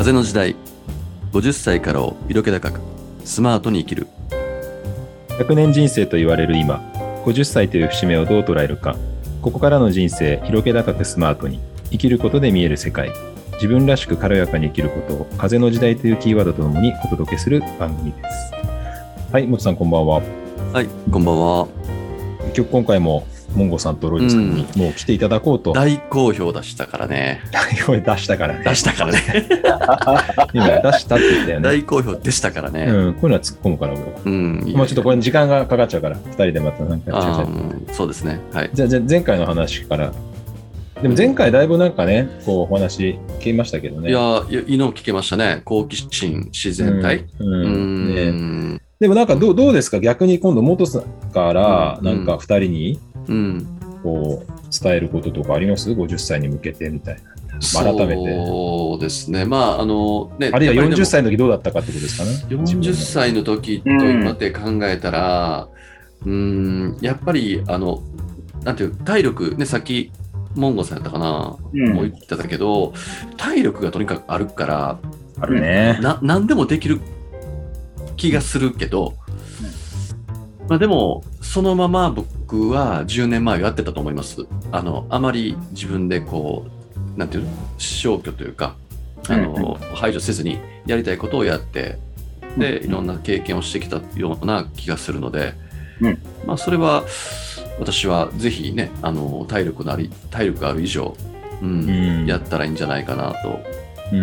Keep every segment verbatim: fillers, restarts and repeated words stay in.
風の時代、ごじゅっさいからを色気高くスマートに生きる。 ひゃくねん人生と言われる今、ごじゅっさいという節目をどう捉えるか。ここからの人生、色気高くスマートに生きることで見える世界、自分らしく軽やかに生きることを風の時代というキーワードとともにお届けする番組です。はい、もつさんこんばんは。 はい、こんばんは。 今日今回もモンゴさんとロイドさんにもう来ていただこうと、うん、 大好評出したからね。 大好評出したからね。 出したからね。 今出したって言ったよね。 大好評でしたからね。 うん、こういうのは突っ込むから俺は。 うん。 もうちょっとこれ時間がかかっちゃうからふたりでまたなんかやっちゃう。そうですね。はい。 じゃあじゃあ前回の話から。でも前回だいぶなんかね、こうお話聞きましたけどね。 いやいいの聞けましたね。好奇心自然体。 うん。うんうんね、でもなんかどうどうですか、逆に今度元さんからなんかふたりに。うん、こう伝えることとかあります？ごじゅっさいに向けてみたいな。改めて。 そうですね。まああのね。 あるいはよんじゅっさいの時どうだったかってことですかね。 よんじゅっさいの時と今で考えたら、うん、うんやっぱりあのなんていう体力ね、さっきモンゴさんやったかな、うん、もう言ってたけど、体力がとにかくあるからあるね。 な何でもできる気がするけど。まあ、でもそのまま僕はじゅうねんまえやってたと思います。あのあまり自分でこうなんていうの消去というかあの、うんうん、排除せずにやりたいことをやってで、うんうん、いろんな経験をしてきたような気がするので、うんまあ、それは私はぜひねあの体力のあり体力がある以上、うんうん、やったらいいんじゃないかなと、 うん、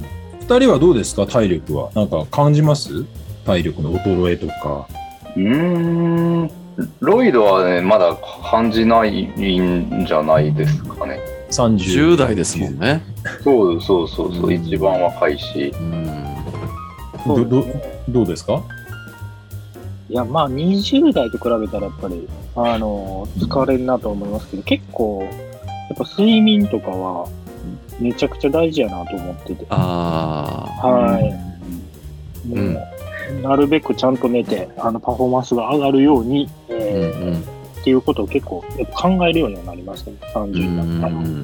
ふたりはどうですか？体力はなんか感じます？体力の衰えとか。 うーんロイドはねまだ感じないんじゃないですかね。 さんじゅう代ですもんね。 そうそうそうそう、うん、一番若いし、うん、 ど, ど, どうですか？ いやまあにじゅう代と比べたらやっぱりあの疲れるなと思いますけど、うん、結構やっぱ睡眠とかはめちゃくちゃ大事やなと思ってて、 あはい、うん、もうなるべくちゃんと寝てあのパフォーマンスが上がるように、えーうんうん、っていうことを結構やっぱ考えるようにはなりましたね。さんじゅうになったら、うん、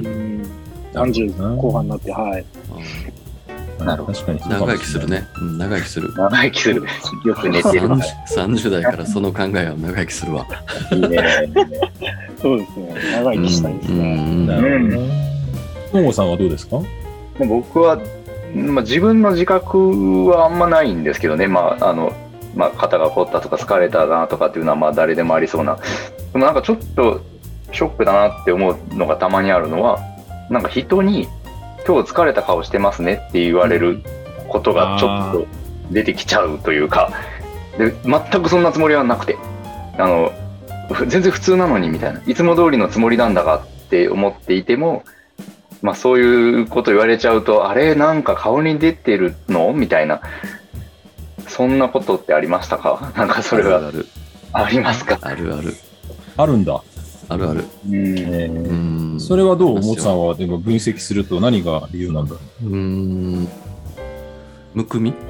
さんじゅう後半になって、はい。 なるほど。 確かに長生きするね。うん、長生きする。 長生きする。よく寝てる。 さんじゅう代からその考えは長生きするわ。 いいね。そうですね。長生きしたいですね。うん、なるほど。 トンゴさんはどうですか？ 僕はまあ、自分の自覚はあんまないんですけどね、まああのまあ、肩が凝ったとか疲れたなとかっていうのはまあ誰でもありそうな。でもなんかちょっとショックだなって思うのがたまにあるのは、なんか人に今日疲れた顔してますねって言われることがちょっと出てきちゃうというか、で全くそんなつもりはなくて、あの全然普通なのにみたいな、いつも通りのつもりなんだがって思っていても、まあ、そういうこと言われちゃうと、あれなんか顔に出てるのみたいな、そんなことってありましたか？なんかそれがありますか？ あるあるあるんだ。 あるある。 うん、えー、うんそれはどう？モツさんはでも分析すると何が理由なんだろう？うーんむくみ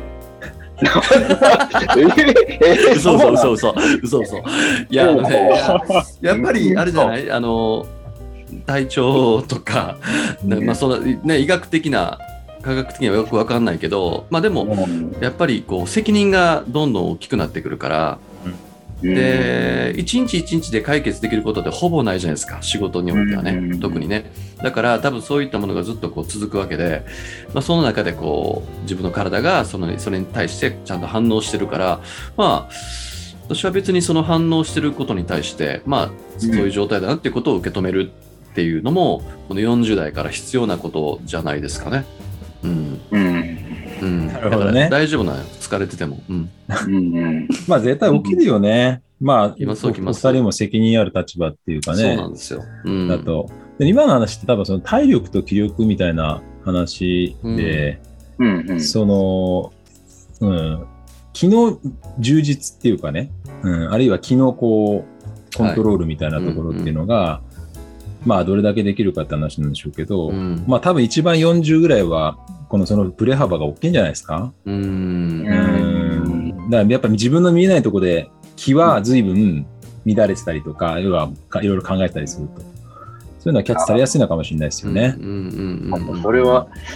嘘嘘嘘嘘嘘嘘いや、ね、やっぱりあれじゃないあの体調とか、まあそのね、医学的な科学的にはよく分かんないけど、まあでもやっぱりこう責任がどんどん大きくなってくるから、うん、で一日一日で解決できることってほぼないじゃないですか、仕事においてはね、うん、特にね。だから多分そういったものがずっとこう続くわけで、まあ、その中でこう自分の体がそのそれに対してちゃんと反応してるから、まあ私は別にその反応してることに対してまあそういう状態だなっていうことを受け止めるっていうのもこのよんじゅう代から必要なことじゃないですかね。うん。うん。うん、なるほどね。大丈夫なよ。疲れてても。うん。 まあ絶対起きるよね。うん、まあ、 今そうきます。 お二人も責任ある立場っていうかね。 そうなんですよ。うん、 だと。で今の話って多分その体力と気力みたいな話で、うんうん、その、うん、気の充実っていうかね、うん、あるいは気のこうコントロールみたいなところっていうのが、はいうんうんまあどれだけできるかって話なんでしょうけど、うん、まあ多分一番よんじゅうぐらいはこのそのブレ幅が大きいんじゃないですか。うーんうんだからやっぱり自分の見えないところで気は随分乱れてたりとか、要はいろいろ考えたりすると、そういうのはキャッチされやすいのかもしれないですよね。 それは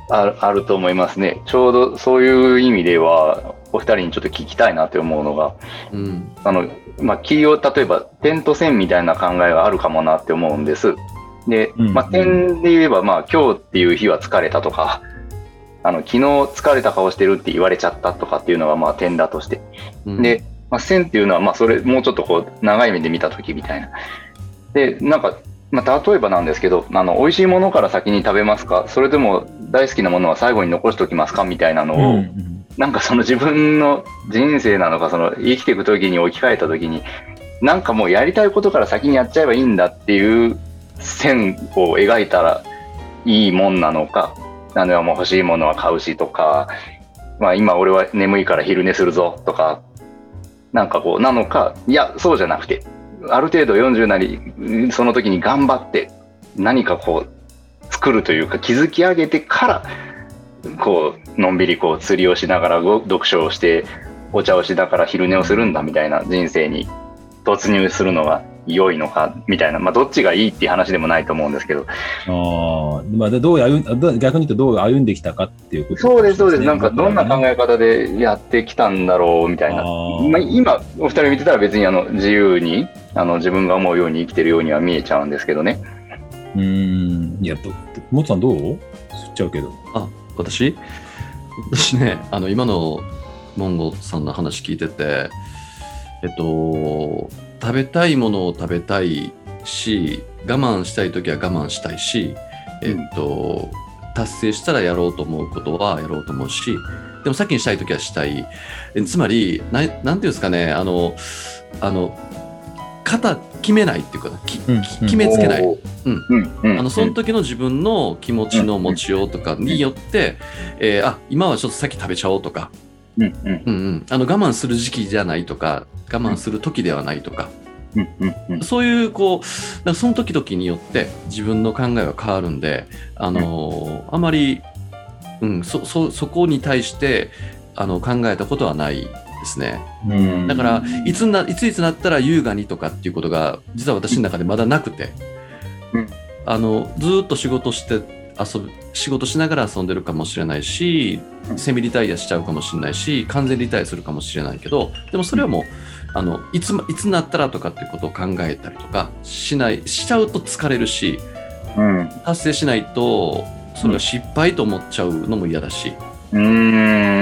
ある、あると思いますね。ちょうどそういう意味では、お二人にちょっと聞きたいなって思うのが、うん、あの、まあ、霧を例えば点と線みたいな考えがあるかもなって思うんです。で、まあ、点で言えば、まあ、今日っていう日は疲れたとか、あの、昨日疲れた顔してるって言われちゃったとかっていうのが、まあ、点だとして。うん、で、まあ、線っていうのは、まあ、それ、もうちょっとこう、長い目で見たときみたいな。で、なんか、まあ、例えばなんですけど、あの、美味しいものから先に食べますか？それとも大好きなものは最後に残しておきますか？みたいなのを、うんうん、なんかその自分の人生なのか、その生きていくときに置き換えたときに、なんかもうやりたいことから先にやっちゃえばいいんだっていう線を描いたらいいもんなのか、なんでもう欲しいものは買うしとか、まあ今俺は眠いから昼寝するぞとか、なんかこうなのか、いやそうじゃなくて、ある程度よんじゅうなりその時に頑張って何かこう作るというか築き上げてからこうのんびりこう釣りをしながら読書をしてお茶をしながら昼寝をするんだみたいな人生に突入するのが良いのかみたいな、まあ、どっちがいいっていう話でもないと思うんですけど、 あ、まあ、どう歩ん逆に言うとどう歩んできたかっていうことですね。 そうですそうです。なんかどんな考え方でやってきたんだろうみたいな。まあ、今お二人見てたら別にあの自由にあの自分が思うように生きてるようには見えちゃうんですけどね。 うーん、いや、もつさんどう？吸っちゃうけど。 あ、私私ね、あの今のモンゴさんの話聞いてて、えっと食べたいものを食べたいし、我慢したいときは我慢したいし、えっと、達成したらやろうと思うことはやろうと思うし、でも先にしたいときはしたい。えつまりな、なんていうんですかね、あの、あの、型決めないっていうか、きうん、決めつけない。うんうん、あのその時の自分の気持ちの持ちようとかによって、えー、あ、今はちょっと先食べちゃおうとか、うんうんうん、あの我慢する時期じゃないとか、我慢する時ではないとか、うんうんうん、そういうこうなんかその時々によって自分の考えは変わるんで、あのー、あまり、うん、そ, そ, そこに対してあの考えたことはないですね。うん、だからいつないついつなったら優雅にとかっていうことが実は私の中でまだなくて、うん、あのずっと仕事して遊ぶ仕事しながら遊んでるかもしれないし、セミリタイアしちゃうかもしれないし、完全リタイアするかもしれないけど、でもそれはもうあのいついつになったらとかっていうことを考えたりとかしないしちゃうと疲れるし、うん、達成しないとそれが失敗と思っちゃうのも嫌だし、うん、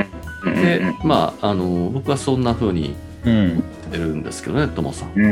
でまああの僕はそんな風に思ってるんですけどね、ともさん、うん、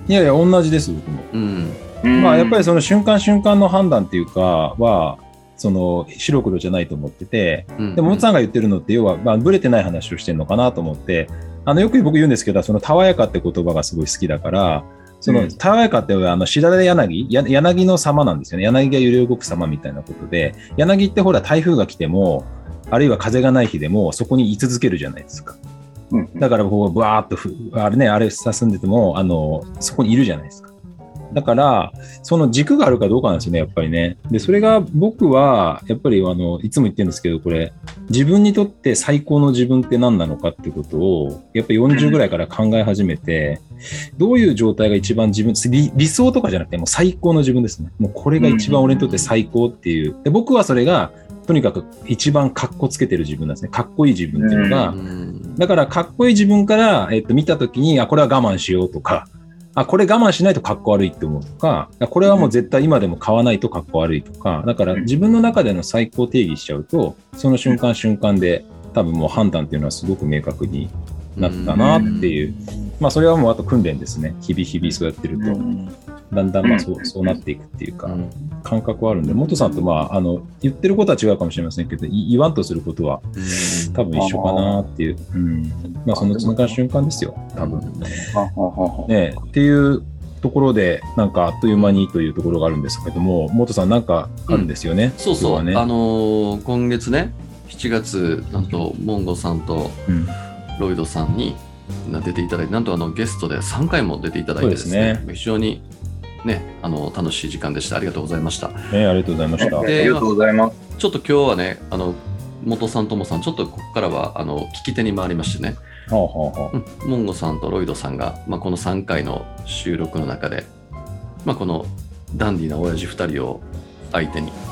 いやいや同じです僕も、うんまあ、やっぱりその瞬間瞬間の判断っていうかはその白黒じゃないと思ってて、うんうん、でももつさんが言ってるのって要は、まあ、ブレてない話をしてるのかなと思って、あのよく僕言うんですけど、そのたわやかって言葉がすごい好きだから、そのたわやかってあのしだれ柳、柳の様なんですよね。柳が揺れ動く様みたいなことで、柳ってほら台風が来てもあるいは風がない日でもそこに居続けるじゃないですか。うん、だからこうバーっとふあれねあれ進んでてもあのそこにいるじゃないですか。だからその軸があるかどうかなんですよね、やっぱりね。でそれが僕はやっぱりあのいつも言ってるんですけど、これ自分にとって最高の自分って何なのかってことをやっぱりよんじゅうぐらいから考え始めて、どういう状態が一番自分 理, 理想とかじゃなくてもう最高の自分ですね。もうこれが一番俺にとって最高っていう。で僕はそれがとにかく一番かっこつけてる自分なんですね。かっこいい自分っていうのが、だからかっこいい自分から、えっと、見たときにあこれは我慢しようとか、あこれ我慢しないとかっこ悪いって思うとか、これはもう絶対今でも買わないとかっこ悪いとか、だから自分の中での最高定義しちゃうとその瞬間瞬間で多分もう判断っていうのはすごく明確になったなっていう、まあそれはもうあと訓練ですね。日々日々そうやってるとだんだんまあそう、そうなっていくっていうか感覚はあるんで、元さんとまああの言ってることは違うかもしれませんけど、言わんとすることは多分一緒かなっていう、うん、まあその瞬間瞬間ですよ多分ねっていうところで、なんかあっという間にというところがあるんですけども、元さんなんかあるんですよね、うん、 そうそう、ね、あのー、今月ねしちがつなんとモンゴさんとロイドさんに出ていただいて、なんとあのゲストでさんかいも出ていただいてですね、そうですね、非常にね、あの楽しい時間でした。ありがとうございました。 ね、ありがとうございました。 で、ありがとうございます。 ちょっと今日はね、あの元さんともさん、ちょっとここからはあの聞き手に回りましてね、はあはあうん、モンゴさんとロイドさんが、まあ、このさんかいの収録の中で、まあ、このダンディーな親父ふたりを相手に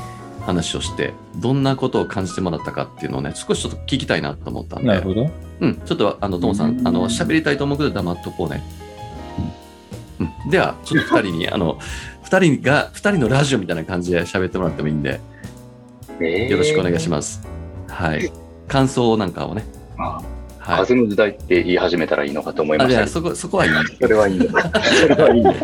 話をして、どんなことを感じてもらったかっていうのをね、少しちょっと聞きたいなと思ったんで。 なるほど。 うん、ちょっと、あの、ともさん、あの、喋りたいと思うけど黙っとこうね。うんうん、では、ちょっとふたりに、あの、ふたりが、ふたりのラジオみたいな感じで喋ってもらってもいいんで、よろしくお願いします。はい。感想なんかをね。 ああ、はい、風の時代って言い始めたらいいのかと思いました。 あ、そこ、そこはいい。 それはいいのか。それはいいのか。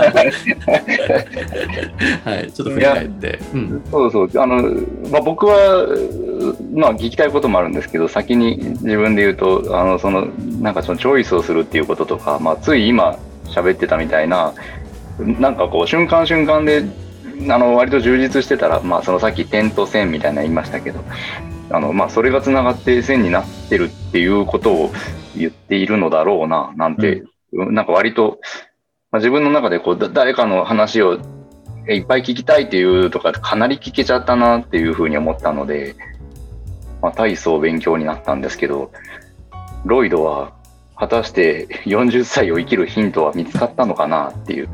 はい、ちょっと振り返って。うん、 そうそう。あの、まあ、僕は、まあ、聞きたいこともあるんですけど、先に自分で言うと、あの、その、なんかそのチョイスをするっていうこととか、まあ、つい今喋ってたみたいな、なんかこう、瞬間瞬間で、あの、割と充実してたら、まあ、そのさっき点と線みたいなの言いましたけど、あの、まあ、それがつながって線になってるっていうことを言っているのだろうな、なんて、うん、なんか割と、まあ、自分の中でこう、誰かの話をいっぱい聞きたいっていうとか、かなり聞けちゃったなっていうふうに思ったので、まあ、大層勉強になったんですけど、ロイドは果たしてよんじゅっさいを生きるヒントは見つかったのかなっていう。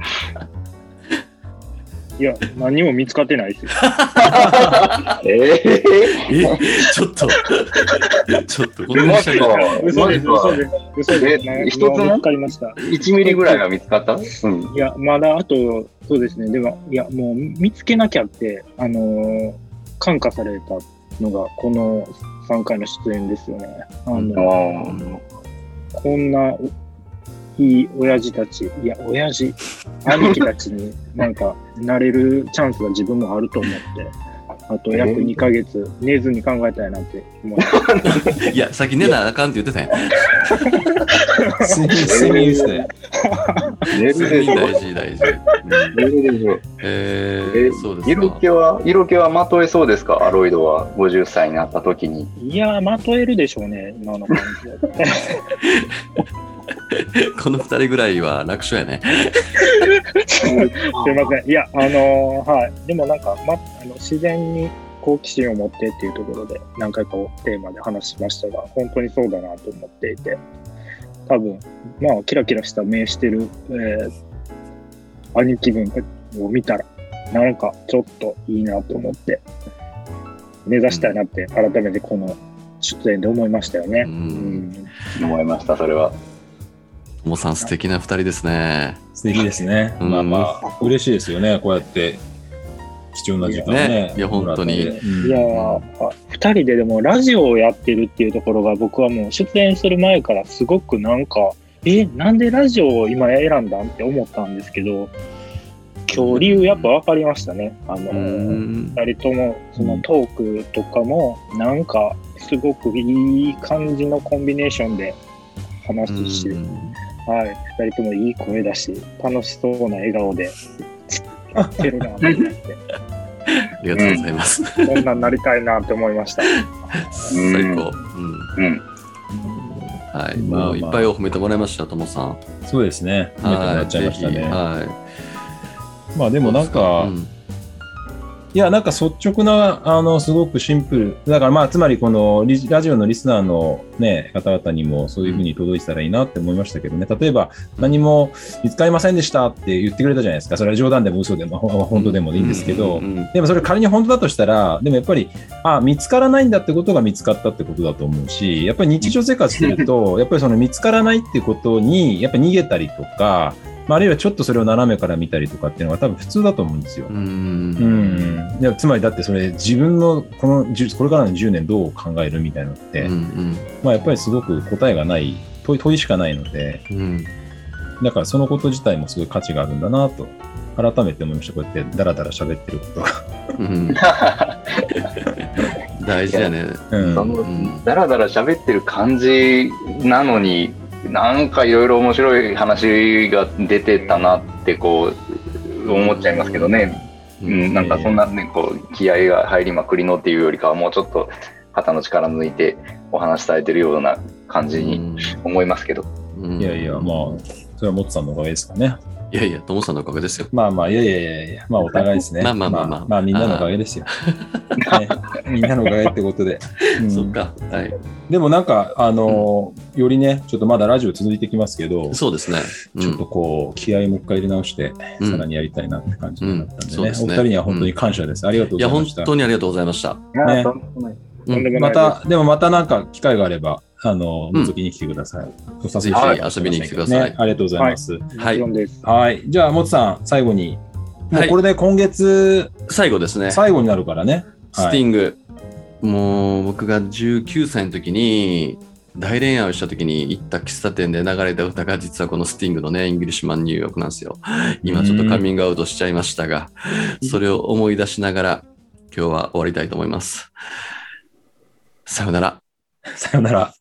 いや、何も見つかってないですよ。 えー、えちょっと、ちょっと、 ごめんなさい。 嘘です、嘘です。嘘です。 一つも見つかりました。 いちミリぐらいが見つかった、うん、 いや、まだあと、そうですね。でも、いや、もう見つけなきゃって、あのー、感化されたのが、このさんかいの出演ですよね。あのー、こんないい親父たち、いや、親父、兄貴たちになんかなれるチャンスが自分もあると思って、あと約にかげつ寝ずに考えたいなって思って。 いや、さっき寝なあかんって言ってたやん。 睡眠ですね。 睡眠大事、大事。 寝るでしょ。 えー、そうですか。 色気は、色気はまとえそうですか、アロイドはごじゅっさいになった時に。 いや、まとえるでしょうね、今の感じで。 このふたりぐらいは楽勝やね。 すいません。いや、あのー、はい。でもなんか、ま、あの自然に好奇心を持ってっていうところで何回かテーマで話しましたが、本当にそうだなと思っていて、多分、まあ、キラキラした目してる、えー、兄貴分を見たら、なんかちょっといいなと思って、目指したいなって改めてこの出演で思いましたよね。うんうん、思いました、それは。 ともさん、素敵なふたりですね。 素敵ですね。うん、まあまあ、嬉しいですよね。こうやって貴重な時間ね。 ね、いや、本当に。 うん、いや、ふたりででもラジオをやってるっていうところが、僕はもう出演する前からすごくなんか、え、なんでラジオを今選んだんって思ったんですけど、今日理由やっぱ分かりましたね。あの、ふたりともそのトークとかも、なんかすごくいい感じのコンビネーションで話すし、はい、ふたりともいい声だし、楽しそうな笑顔でやってるなと思って。 ありがとうございます。 こんなんなりたいなって思いました。 最高。うん。うん、はい、もういっぱいを褒めてもらいました、ともさん。 そうですね。褒めてもらっちゃいましたね。 はい。 まあでもなんか、うん、いやなんか率直なあのすごくシンプルだからまあつまりこのラジオのリスナーのね方々にもそういうふうに届いてたらいいなって思いましたけどね。例えば何も見つかりませんでしたって言ってくれたじゃないですか。それは冗談でも嘘でも本当でもいいんですけど、でもそれ仮に本当だとしたらでもやっぱりあ見つからないんだってことが見つかったってことだと思うし、やっぱり日常生活してるとやっぱりその見つからないっていうことにやっぱり逃げたりとか。まあ、あるいはちょっとそれを斜めから見たりとかっていうのが多分普通だと思うんですよ。うんうん、つまりだってそれ自分のこのこれからのじゅうねんどう考えるみたいなのって、うんうん、まあ、やっぱりすごく答えがない問い、問いしかないので、うん、だからそのこと自体もすごい価値があるんだなと改めて思いました。こうやってダラダラ喋ってることが、うん、 大事やね。 うん、そのダラダラ喋ってる感じなのになんかいろいろ面白い話が出てたなってこう思っちゃいますけどね、うん、なんかそんなねこう気合が入りまくりのっていうよりかはもうちょっと肩の力抜いてお話しされてるような感じに思いますけど、 うん、いやいやまあそれはモッツさんのおかげですかね。 いやいや、ともさんのおかげですよ。 まあまあ、いやいやいやいや、まあお互いですね。 まあまあまあまあ。 まあ、まあ、みんなのおかげですよ。ね、みんなのおかげってことで。 うん、そっか。はい。 でもなんか、あのーうん、よりね、ちょっとまだラジオ続いてきますけど、 そうですね。 うん、ちょっとこう、気合いもう一回入れ直して、うん、さらにやりたいなって感じになったんでね。うんうん、でねお二人には本当に感謝です、うん。ありがとうございました。 いや、本当にありがとうございました。 ね、 うん、また、でもまたなんか機会があれば、あの、覗きに来てください。 うん、ぜひ遊びに来てください、 ね。ありがとうございます。 はい。 はい。じゃあ、もつさん、最後に。もうこれで今月、はい、 最後ですね。 最後になるからね。 スティング。はい、もう、僕がじゅうきゅうさいの時に、大恋愛をした時に行った喫茶店で流れた歌が実はこのスティングのね、イングリッシュマンニューヨークなんですよ。今ちょっとカミングアウトしちゃいましたが、それを思い出しながら今日は終わりたいと思います。さよなら。 さよなら。